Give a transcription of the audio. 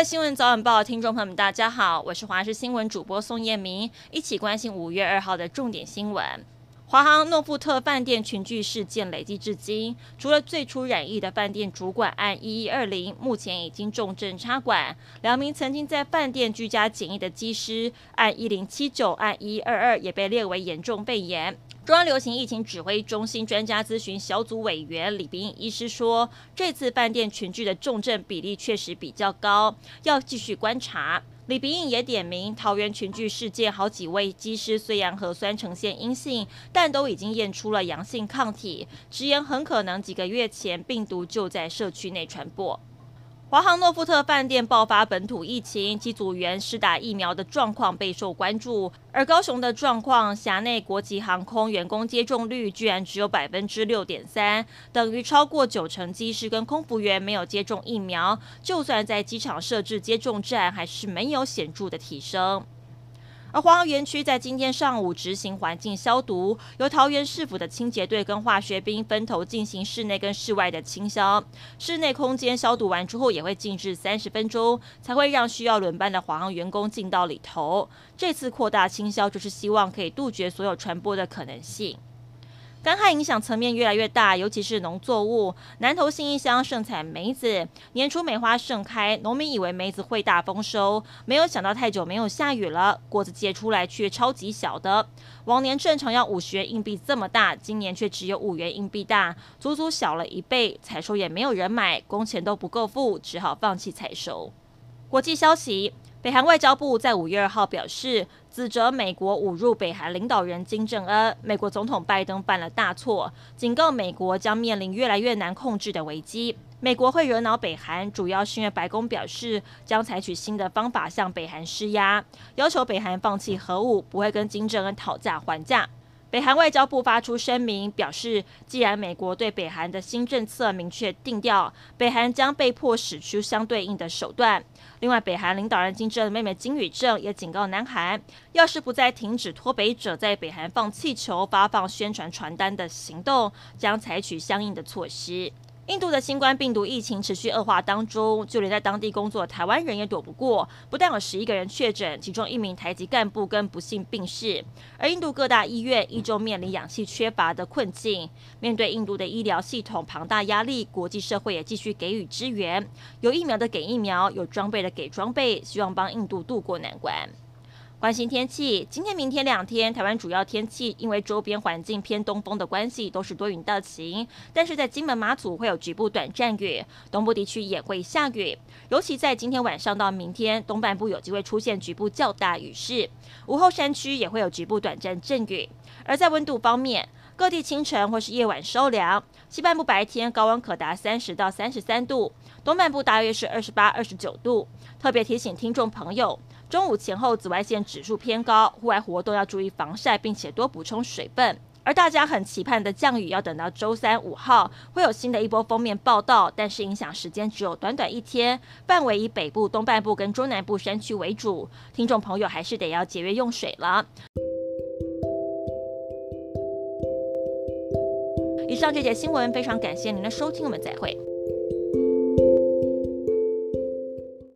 新闻早晚报，听众朋友们，大家好，我是华视新闻主播宋彦明，一起关心5月2号的重点新闻。华航诺富特饭店群聚事件累计至今，除了最初染疫的饭店主管案1120，目前已经重症插管，2名曾经在饭店居家检疫的机师案1079、案1122也被列为严重肺炎。中央流行疫情指挥中心专家咨询小组委员李秉颖医师说，这次饭店群聚的重症比例确实比较高，要继续观察。李秉颖也点名桃园群聚事件，好几位机师虽然核酸呈现阴性，但都已经验出了阳性抗体，直言很可能几个月前病毒就在社区内传播。华航诺富特饭店爆发本土疫情，机组员施打疫苗的状况备受关注。而高雄的状况，辖内国际航空员工接种率居然只有 6.3%， 等于超过90%机师跟空服员没有接种疫苗。就算在机场设置接种站，还是没有显著的提升。而华航园区在今天上午执行环境消毒，由桃园市府的清洁队跟化学兵分头进行室内跟室外的清消。室内空间消毒完之后，也会静置30分钟，才会让需要轮班的华航员工进到里头。这次扩大清消，就是希望可以杜绝所有传播的可能性。干旱影响层面越来越大，尤其是农作物。南投信义乡盛产梅子，年初梅花盛开，农民以为梅子会大丰收，没有想到太久没有下雨了，果子结出来却超级小的。往年正常要50元硬币这么大，今年却只有5元硬币大，足足小了1倍。采收也没有人买，工钱都不够付，只好放弃采收。国际消息。北韩外交部在5月2号表示，指责美国侮辱北韩领导人金正恩，美国总统拜登犯了大错，警告美国将面临越来越难控制的危机。美国会惹恼北韩，主要是因为白宫表示将采取新的方法向北韩施压，要求北韩放弃核武，不会跟金正恩讨价还价。北韩外交部发出声明，表示既然美国对北韩的新政策明确定调，北韩将被迫使出相对应的手段。另外，北韩领导人金正恩的妹妹金宇正也警告南韩，要是不再停止脱北者在北韩放气球、发放宣传传单的行动，将采取相应的措施。印度的新冠病毒疫情持续恶化当中，就连在当地工作的台湾人也躲不过，不但有11个人确诊，其中1名台籍干部更不幸病逝。而印度各大医院依旧面临氧气缺乏的困境。面对印度的医疗系统庞大压力，国际社会也继续给予支援，有疫苗的给疫苗，有装备的给装备，希望帮印度渡过难关。关心天气，今天、明天2天，台湾主要天气因为周边环境偏东风的关系，都是多云到晴。但是在金门、马祖会有局部短暂雨，东部地区也会下雨。尤其在今天晚上到明天，东半部有机会出现局部较大雨势，午后山区也会有局部短暂阵雨。而在温度方面，各地清晨或是夜晚收凉，西半部白天高温可达30到33度，东半部大约是28、29度。特别提醒听众朋友，中午前后紫外线指数偏高，户外活动要注意防晒，并且多补充水分。而大家很期盼的降雨要等到周3、5号，会有新的一波锋面报道，但是影响时间只有短短1天，范围以北部、东半部跟中南部山区为主，听众朋友还是得要节约用水了。以上这节新闻非常感谢您的收听，我们再会。